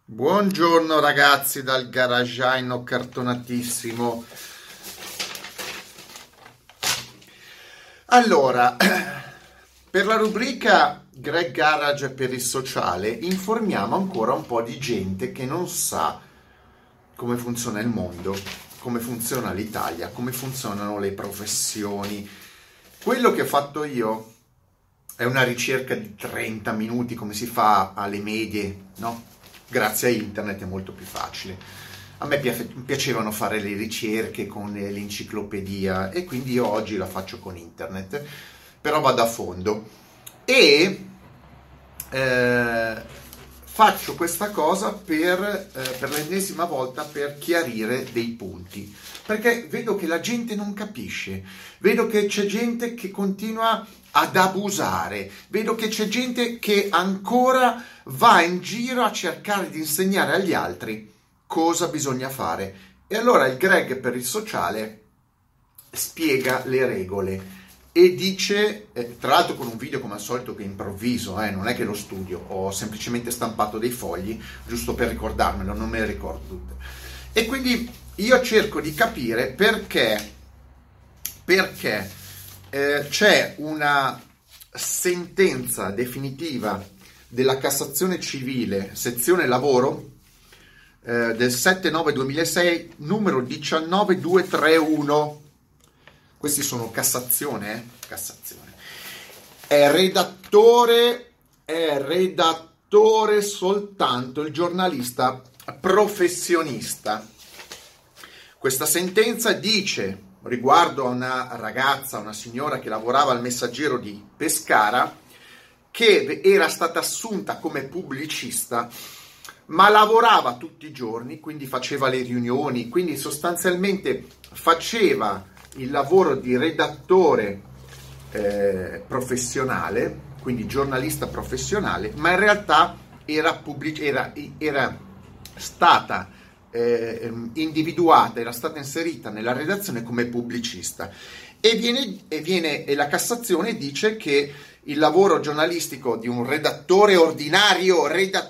Buongiorno ragazzi dal garageino cartonatissimo. Allora, per la rubrica Greg Garage per il sociale informiamo ancora un po' di gente che non sa come funziona il mondo, come funziona l'Italia, come funzionano le professioni. Quello che ho fatto io è una ricerca di 30 minuti come si fa alle medie, no? Grazie a internet è molto più facile. A me piacevano fare le ricerche con l'enciclopedia e quindi io oggi la faccio con internet, però vado a fondo e faccio questa cosa per l'ennesima volta per chiarire dei punti, perché vedo che la gente non capisce, vedo che c'è gente che continua ad abusare, vedo che c'è gente che ancora va in giro a cercare di insegnare agli altri cosa bisogna fare. E allora il Greg per il sociale spiega le regole e dice, tra l'altro con un video come al solito che improvviso, non è che lo studio, ho semplicemente stampato dei fogli giusto per ricordarmelo, non me le ricordo tutte. E quindi io cerco di capire perché c'è una sentenza definitiva della Cassazione Civile, sezione lavoro, del 7/9/2006, numero 19231. Questi sono Cassazione. È redattore soltanto il giornalista professionista. Questa sentenza dice, riguardo a una ragazza, una signora che lavorava al Messaggero di Pescara, che era stata assunta come pubblicista, ma lavorava tutti i giorni, quindi faceva le riunioni, quindi sostanzialmente faceva il lavoro di redattore professionale, quindi giornalista professionale, ma in realtà era stata individuata, era stata inserita nella redazione come pubblicista e la Cassazione dice che il lavoro giornalistico di un redattore ordinario,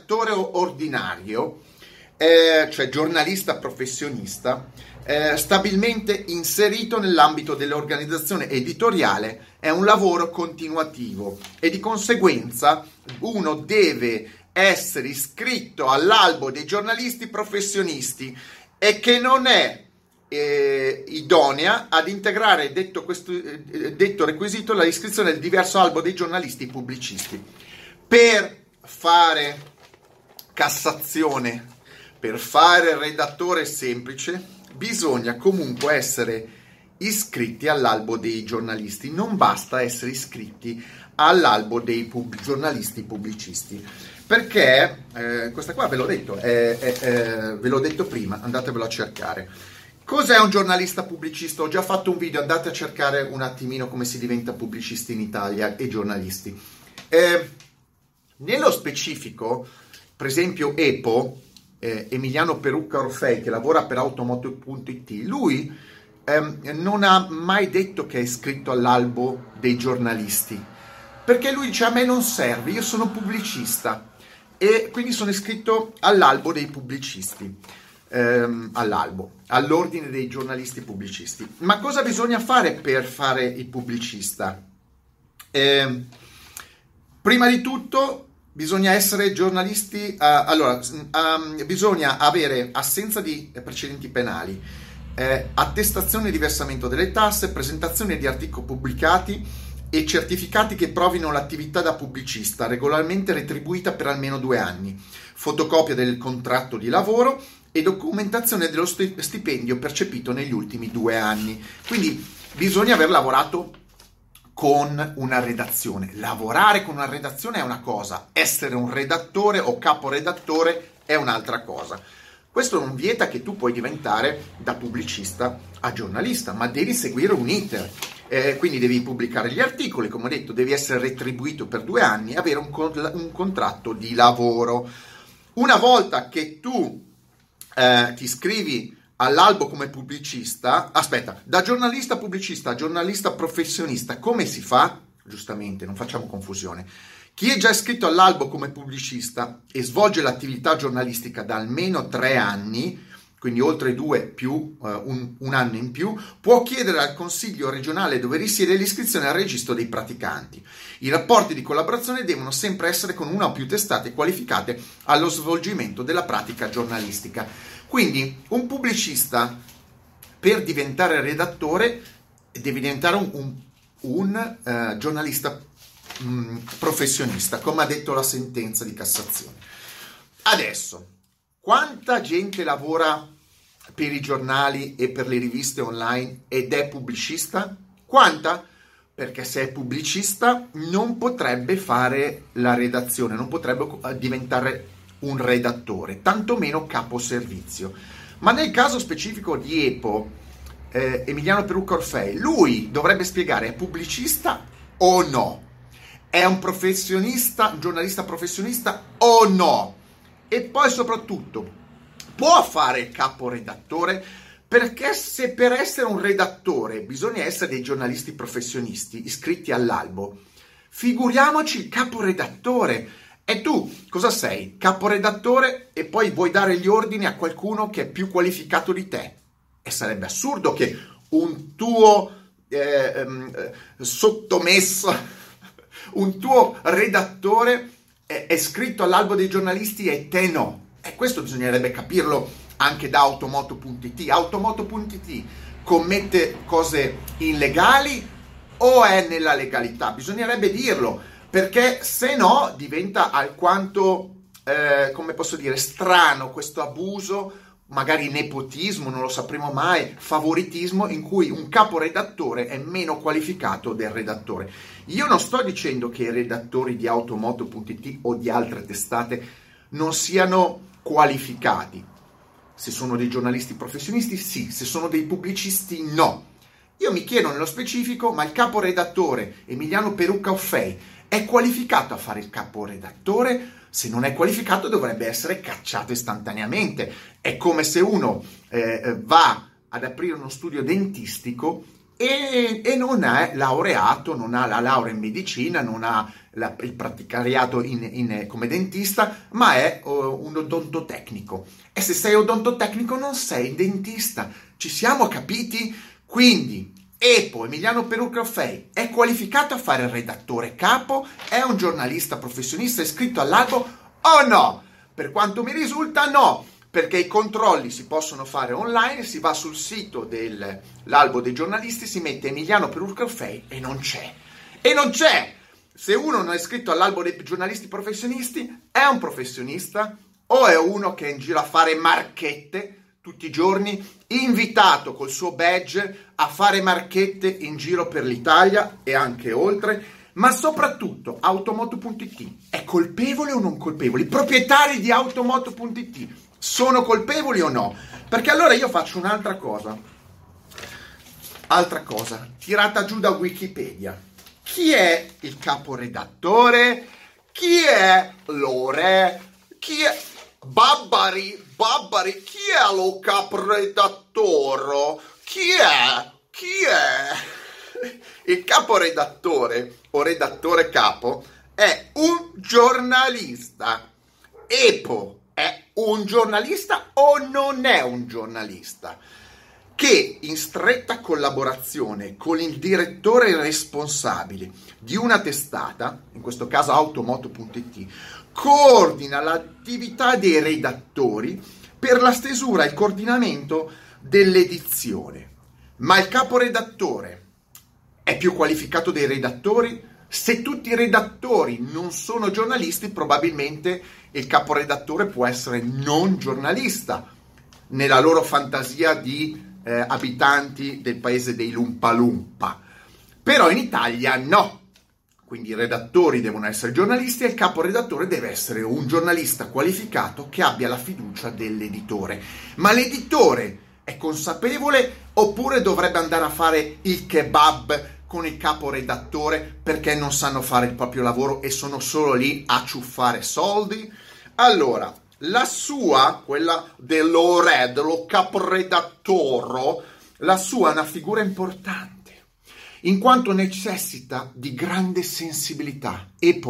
cioè giornalista professionista, stabilmente inserito nell'ambito dell'organizzazione editoriale, è un lavoro continuativo e di conseguenza uno deve essere iscritto all'albo dei giornalisti professionisti e che non è idonea ad integrare detto requisito la iscrizione del diverso albo dei giornalisti pubblicisti. Per fare Cassazione, per fare redattore semplice, bisogna comunque essere iscritti all'albo dei giornalisti, non basta essere iscritti all'albo dei giornalisti pubblicisti, perché questa qua ve l'ho detto, ve l'ho detto prima, andatevelo a cercare. Cos'è un giornalista pubblicista? Ho già fatto un video, andate a cercare un attimino come si diventa pubblicisti in Italia e giornalisti. Nello specifico, per esempio EPO, Emiliano Perucca Orfei, che lavora per Automoto.it, lui non ha mai detto che è iscritto all'albo dei giornalisti, perché lui dice: a me non serve, io sono pubblicista e quindi sono iscritto all'albo dei pubblicisti, all'ordine dei giornalisti pubblicisti. Ma cosa bisogna fare per fare il pubblicista? Prima di tutto bisogna essere giornalisti, bisogna avere assenza di precedenti penali, attestazione di versamento delle tasse, presentazione di articoli pubblicati e certificati che provino l'attività da pubblicista regolarmente retribuita per almeno 2 anni, fotocopia del contratto di lavoro e documentazione dello stipendio percepito negli ultimi 2 anni. Quindi bisogna aver lavorato con una redazione. Lavorare con una redazione è una cosa, essere un redattore o caporedattore è un'altra cosa. Questo non vieta che tu puoi diventare da pubblicista a giornalista, ma devi seguire un iter. Quindi devi pubblicare gli articoli, come ho detto, devi essere retribuito per 2 anni e avere un contratto di lavoro. Una volta che tu ti iscrivi all'albo come pubblicista, da giornalista pubblicista a giornalista professionista, come si fa? Giustamente, non facciamo confusione. Chi è già iscritto all'albo come pubblicista e svolge l'attività giornalistica da almeno 3 anni, quindi oltre 2 più un anno in più, può chiedere al Consiglio regionale dove risiede l'iscrizione al registro dei praticanti. I rapporti di collaborazione devono sempre essere con una o più testate qualificate allo svolgimento della pratica giornalistica. Quindi un pubblicista, per diventare redattore, deve diventare un giornalista professionista, come ha detto la sentenza di Cassazione. Adesso, quanta gente lavora per i giornali e per le riviste online ed è pubblicista? Quanta? Perché se è pubblicista non potrebbe fare la redazione, non potrebbe diventare un redattore, tantomeno capo servizio. Ma nel caso specifico di EPO, Emiliano Perucca Orfei, lui dovrebbe spiegare: è pubblicista o no? È un professionista, un giornalista professionista o no? E poi soprattutto, può fare il caporedattore? Perché se per essere un redattore bisogna essere dei giornalisti professionisti iscritti all'albo, figuriamoci il caporedattore. E tu cosa sei? Caporedattore e poi vuoi dare gli ordini a qualcuno che è più qualificato di te? E sarebbe assurdo che un tuo sottomesso, un tuo redattore è iscritto all'albo dei giornalisti e te no. E questo bisognerebbe capirlo anche da Automoto.it. Automoto.it commette cose illegali o è nella legalità? Bisognerebbe dirlo, perché se no diventa alquanto, come posso dire, strano questo abuso, magari nepotismo, non lo sapremo mai, favoritismo, in cui un caporedattore è meno qualificato del redattore. Io non sto dicendo che i redattori di Automoto.it o di altre testate non siano qualificati. Se sono dei giornalisti professionisti, sì. Se sono dei pubblicisti, no. Io mi chiedo nello specifico, ma il caporedattore Emiliano Perucca Orfei è qualificato a fare il caporedattore? Se non è qualificato dovrebbe essere cacciato istantaneamente. È come se uno va ad aprire uno studio dentistico e non è laureato, non ha la laurea in medicina, non ha il praticariato come dentista, ma è un odontotecnico. E se sei odontotecnico non sei dentista. Ci siamo capiti? Quindi EPO, Emiliano Perucca Orfei, è qualificato a fare il redattore capo? È un giornalista professionista iscritto all'albo o no? Per quanto mi risulta no, perché i controlli si possono fare online, si va sul sito dell'albo dei giornalisti, si mette Emiliano Perucca Orfei e non c'è. E non c'è! Se uno non è iscritto all'albo dei giornalisti professionisti, è un professionista o è uno che è in giro a fare marchette tutti i giorni, invitato col suo badge a fare marchette in giro per l'Italia e anche oltre, ma soprattutto Automoto.it è colpevole o non colpevole? I proprietari di Automoto.it sono colpevoli o no? Perché allora io faccio un'altra cosa, tirata giù da Wikipedia. Chi è il caporedattore? Chi è Lore? Chi è Babbari, chi è lo caporedattore? Chi è? Il caporedattore o redattore capo è un giornalista. EPO è un giornalista o non è un giornalista? Che in stretta collaborazione con il direttore responsabile di una testata, in questo caso Automoto.it, coordina l'attività dei redattori per la stesura e il coordinamento dell'edizione. Ma il caporedattore è più qualificato dei redattori? Se tutti i redattori non sono giornalisti, probabilmente il caporedattore può essere non giornalista, nella loro fantasia di abitanti del paese dei Lumpa Lumpa. Però in Italia no. Quindi i redattori devono essere giornalisti e il caporedattore deve essere un giornalista qualificato che abbia la fiducia dell'editore. Ma l'editore è consapevole oppure dovrebbe andare a fare il kebab con il caporedattore perché non sanno fare il proprio lavoro e sono solo lì a ciuffare soldi? Allora, la sua, quella dello caporedattore, la sua è una figura importante, in quanto necessita di grande sensibilità. EPO,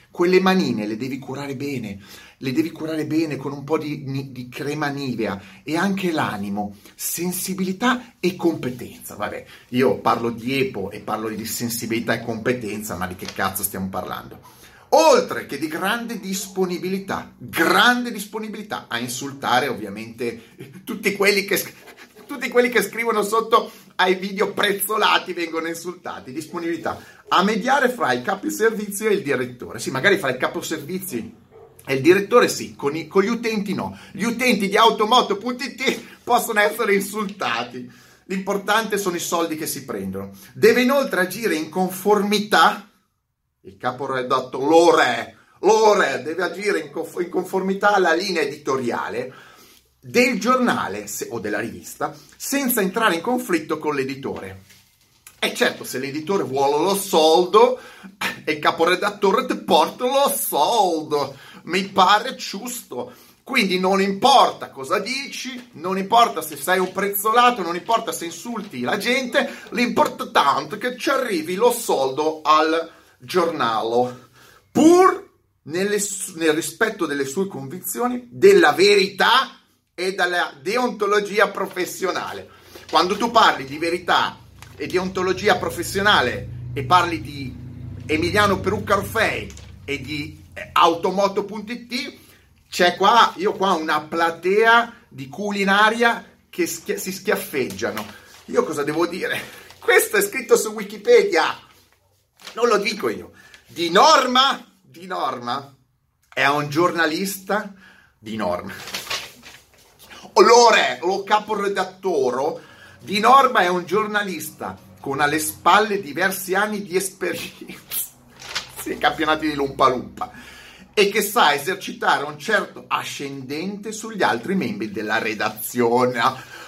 quelle manine le devi curare bene con un po' di crema Nivea, e anche l'animo, sensibilità e competenza. Vabbè, io parlo di EPO e parlo di sensibilità e competenza, ma di che cazzo stiamo parlando? Oltre che di grande disponibilità a insultare ovviamente tutti quelli che scrivono sotto ai video prezzolati, vengono insultati. Disponibilità a mediare fra i capi servizi e il direttore. Sì, magari fra il capo servizi e il direttore sì, con gli utenti no. Gli utenti di Automoto.it possono essere insultati. L'importante sono i soldi che si prendono. Deve inoltre agire in conformità. Il caporedattore deve agire in conformità alla linea editoriale del giornale o della rivista, senza entrare in conflitto con l'editore. E certo, se l'editore vuole lo soldo, il caporedattore ti porta lo soldo. Mi pare giusto. Quindi non importa cosa dici, non importa se sei un prezzolato, non importa se insulti la gente, l'importante è che ci arrivi lo soldo al giornale, pur nel rispetto delle sue convinzioni, della verità e della deontologia professionale. Quando tu parli di verità e deontologia professionale e parli di Emiliano Perucca Orfei e di Automoto.it, c'è qua una platea di culinaria che si schiaffeggiano. Io cosa devo dire? Questo è scritto su Wikipedia. Non lo dico io. Di norma è un giornalista di norma. Lo caporedattore di norma è un giornalista con alle spalle diversi anni di esperienza nei campionati di Lumpa Lumpa e che sa esercitare un certo ascendente sugli altri membri della redazione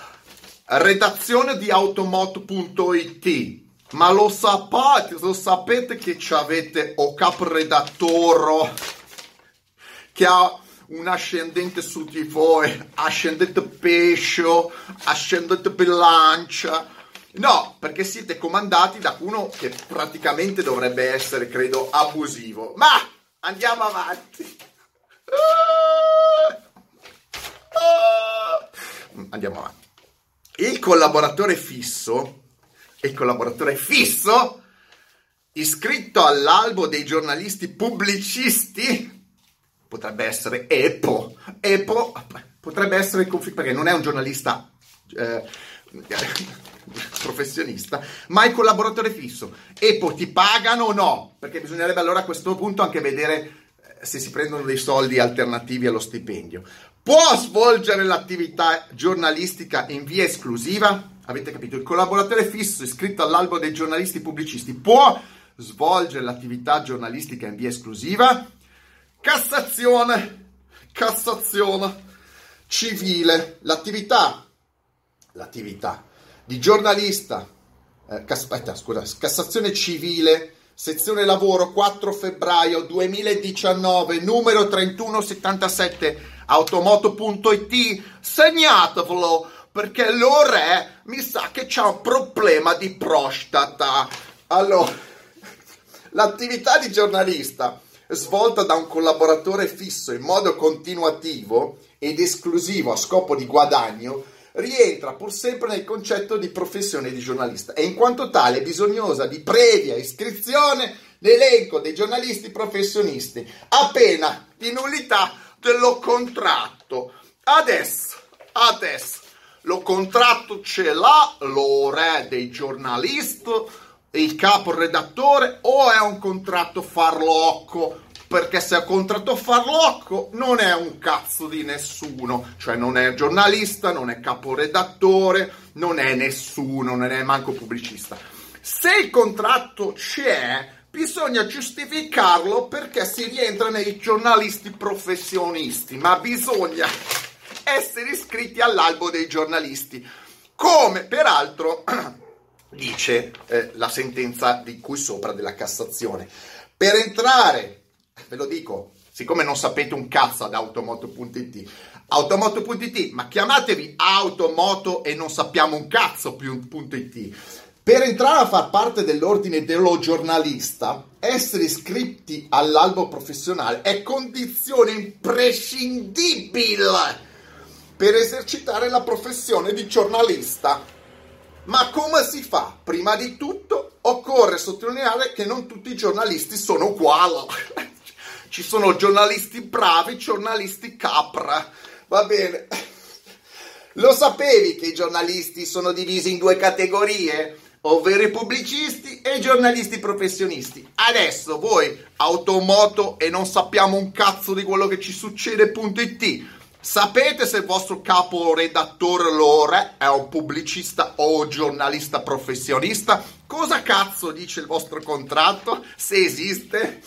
di Automoto.it. Ma lo sapete che avete o caporedattore che ha un ascendente su di voi, ascendente pesce, ascendente bilancia? No, perché siete comandati da uno che praticamente dovrebbe essere, credo, abusivo. Ma andiamo avanti. Andiamo avanti. Il collaboratore fisso, iscritto all'albo dei giornalisti pubblicisti, potrebbe essere EPO potrebbe essere perché non è un giornalista professionista, ma il collaboratore fisso. EPO ti pagano o no? Perché bisognerebbe allora a questo punto anche vedere se si prendono dei soldi alternativi allo stipendio. Può svolgere l'attività giornalistica in via esclusiva? Avete capito? Il collaboratore fisso iscritto all'albo dei giornalisti pubblicisti può svolgere l'attività giornalistica in via esclusiva? Cassazione civile. L'attività di giornalista, Cassazione civile, sezione lavoro, 4 febbraio 2019, numero 3177, Automoto.it, segnatevelo, perché Lore mi sa che c'ha un problema di prostata. Allora, l'attività di giornalista svolta da un collaboratore fisso in modo continuativo ed esclusivo a scopo di guadagno rientra pur sempre nel concetto di professione di giornalista e in quanto tale è bisognosa di previa iscrizione nell'elenco dei giornalisti professionisti a pena di nullità dello contratto. Adesso lo contratto ce l'ha l'ore dei giornalisti, il caporedattore, o è un contratto farlocco? Perché se è un contratto farlocco non è un cazzo di nessuno, cioè non è giornalista, non è caporedattore, non è nessuno, non è manco pubblicista. Se il contratto c'è, bisogna giustificarlo perché si rientra nei giornalisti professionisti, ma bisogna essere iscritti all'albo dei giornalisti, come peraltro dice la sentenza di cui sopra della Cassazione. Per entrare, ve lo dico, siccome non sapete un cazzo ad Automoto.it, ma chiamatevi Automoto e non sappiamo un cazzo più .it. Per entrare a far parte dell'ordine dello giornalista, essere iscritti all'albo professionale è condizione imprescindibile per esercitare la professione di giornalista. Ma come si fa? Prima di tutto occorre sottolineare che non tutti i giornalisti sono uguali. Ci sono giornalisti bravi, giornalisti capra. Va bene. Lo sapevi che i giornalisti sono divisi in due categorie? Ovvero i pubblicisti e i giornalisti professionisti. Adesso voi, automoto e non sappiamo un cazzo di quello che ci succede.it, sapete se il vostro capo redattore Lore è un pubblicista o giornalista professionista? Cosa cazzo dice il vostro contratto? Se esiste?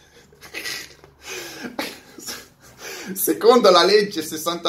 Secondo la legge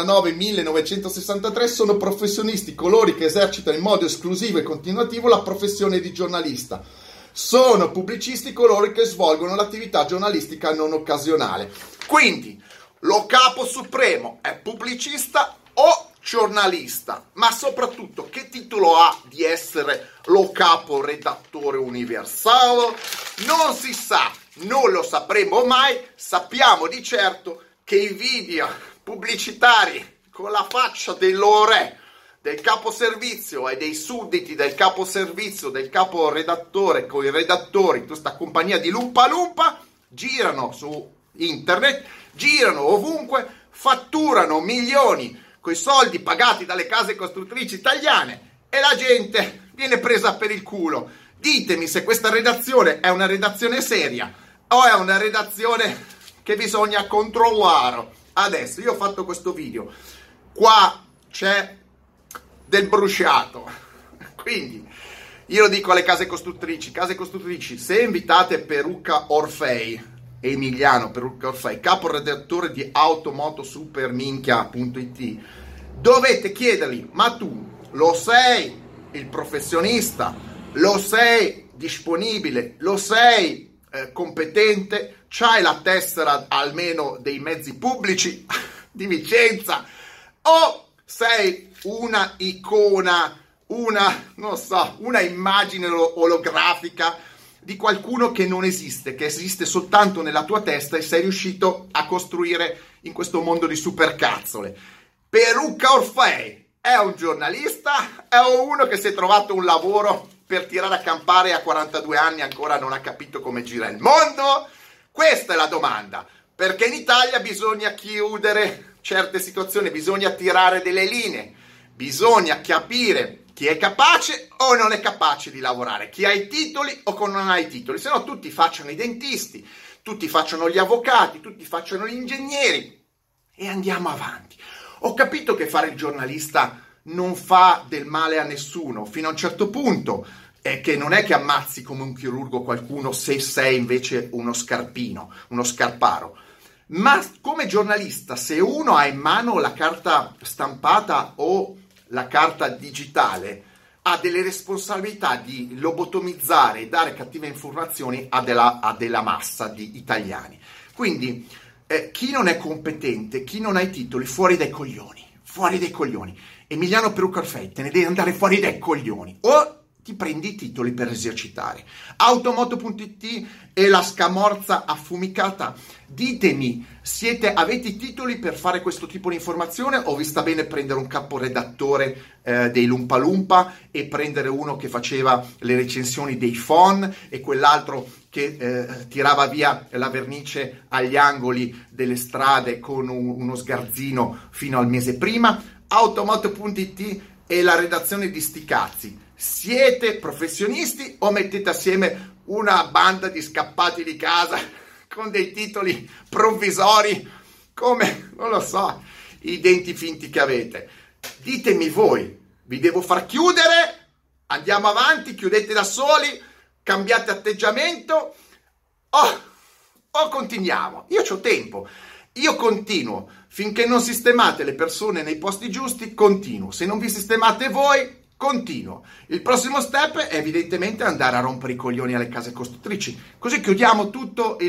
69.1963 sono professionisti coloro che esercitano in modo esclusivo e continuativo la professione di giornalista. Sono pubblicisti coloro che svolgono l'attività giornalistica non occasionale. Quindi, lo capo supremo è pubblicista o giornalista? Ma soprattutto, che titolo ha di essere lo capo redattore universale? Non si sa, non lo sapremo mai, sappiamo di certo che i video pubblicitari con la faccia dell'ore, del capo servizio e dei sudditi del capo servizio, del capo redattore, con i redattori, tutta questa compagnia di Lumpa Lumpa, girano su internet, girano ovunque, fatturano milioni coi soldi pagati dalle case costruttrici italiane e la gente viene presa per il culo. Ditemi se questa redazione è una redazione seria o è una redazione che bisogna controllare. Adesso io ho fatto questo video, qua c'è del bruciato, quindi io lo dico alle case costruttrici, se invitate Perucca Orfei, Emiliano Perucca Orfei, capo redattore di automotosuperminchia.it, dovete chiedergli: ma tu lo sei il professionista, lo sei disponibile, lo sei competente, c'hai la tessera almeno dei mezzi pubblici di Vicenza, o sei una icona, una immagine olografica di qualcuno che non esiste, che esiste soltanto nella tua testa e sei riuscito a costruire in questo mondo di supercazzole. Perucca Orfei è un giornalista? È uno che si è trovato un lavoro per tirare a campare a 42 anni ancora non ha capito come gira il mondo? Questa è la domanda, perché in Italia bisogna chiudere certe situazioni, bisogna tirare delle linee, bisogna capire chi è capace o non è capace di lavorare, chi ha i titoli o non ha i titoli, se no tutti facciano i dentisti, tutti facciano gli avvocati, tutti facciano gli ingegneri e andiamo avanti. Ho capito che fare il giornalista non fa del male a nessuno, fino a un certo punto, è che non è che ammazzi come un chirurgo qualcuno se sei invece uno scarpino, uno scarparo. Ma come giornalista, se uno ha in mano la carta stampata o la carta digitale, ha delle responsabilità di lobotomizzare e dare cattive informazioni a della massa di italiani. Quindi chi non è competente, chi non ha i titoli, fuori dai coglioni, fuori dai coglioni. Emiliano Perucca Orfei, te ne devi andare fuori dai coglioni, o ti prendi i titoli per esercitare. Automoto.it e la scamorza affumicata. Ditemi, avete i titoli per fare questo tipo di informazione o vi sta bene prendere un caporedattore dei Lumpa Lumpa e prendere uno che faceva le recensioni dei phon e quell'altro che tirava via la vernice agli angoli delle strade con uno sgarzino fino al mese prima? Automoto.it e la redazione di sti cazzi. Siete professionisti o mettete assieme una banda di scappati di casa con dei titoli provvisori come, non lo so, i denti finti che avete? Ditemi voi, vi devo far chiudere? Andiamo avanti, chiudete da soli, cambiate atteggiamento o continuiamo? Io c'ho tempo. Io continuo, finché non sistemate le persone nei posti giusti, continuo. Se non vi sistemate voi, continuo. Il prossimo step è evidentemente andare a rompere i coglioni alle case costruttrici. Così chiudiamo tutto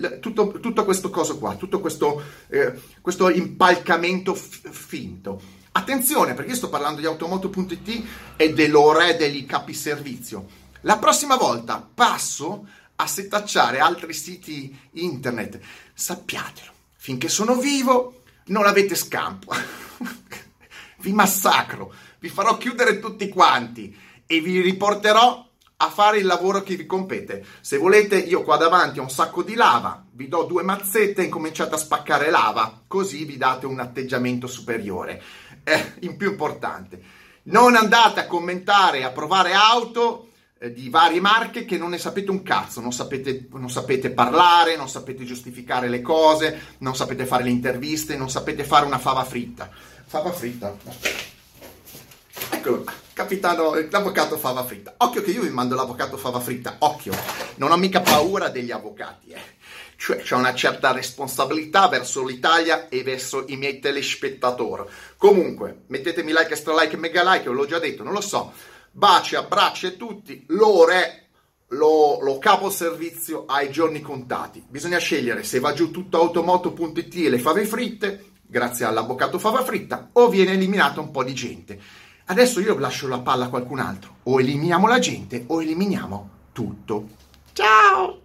questo coso qua, tutto questo impalcamento finto. Attenzione, perché io sto parlando di Automoto.it e dell'ore degli capiservizio. La prossima volta passo a setacciare altri siti internet. Sappiatelo, finché sono vivo non avete scampo. Vi massacro, vi farò chiudere tutti quanti e vi riporterò a fare il lavoro che vi compete. Se volete, io qua davanti ho un sacco di lava, vi do 2 mazzette e incominciate a spaccare lava, così vi date un atteggiamento superiore. In più importante, non andate a commentare e a provare auto di varie marche che non ne sapete un cazzo, non sapete parlare, non sapete giustificare le cose, non sapete fare le interviste, non sapete fare una fava fritta. Fava fritta? Eccolo, capitano, l'avvocato fava fritta. Occhio che io vi mando l'avvocato fava fritta, occhio, non ho mica paura degli avvocati, Cioè c'è una certa responsabilità verso l'Italia e verso i miei telespettatori. Comunque, mettetemi like, extra like, mega like, l'ho già detto, non lo so. Baci, abbracci a tutti, lo capo servizio ai giorni contati. Bisogna scegliere se va giù tutto Automoto.it e le fave fritte, grazie all'avvocato fava fritta, o viene eliminata un po' di gente. Adesso io lascio la palla a qualcun altro. O eliminiamo la gente o eliminiamo tutto. Ciao!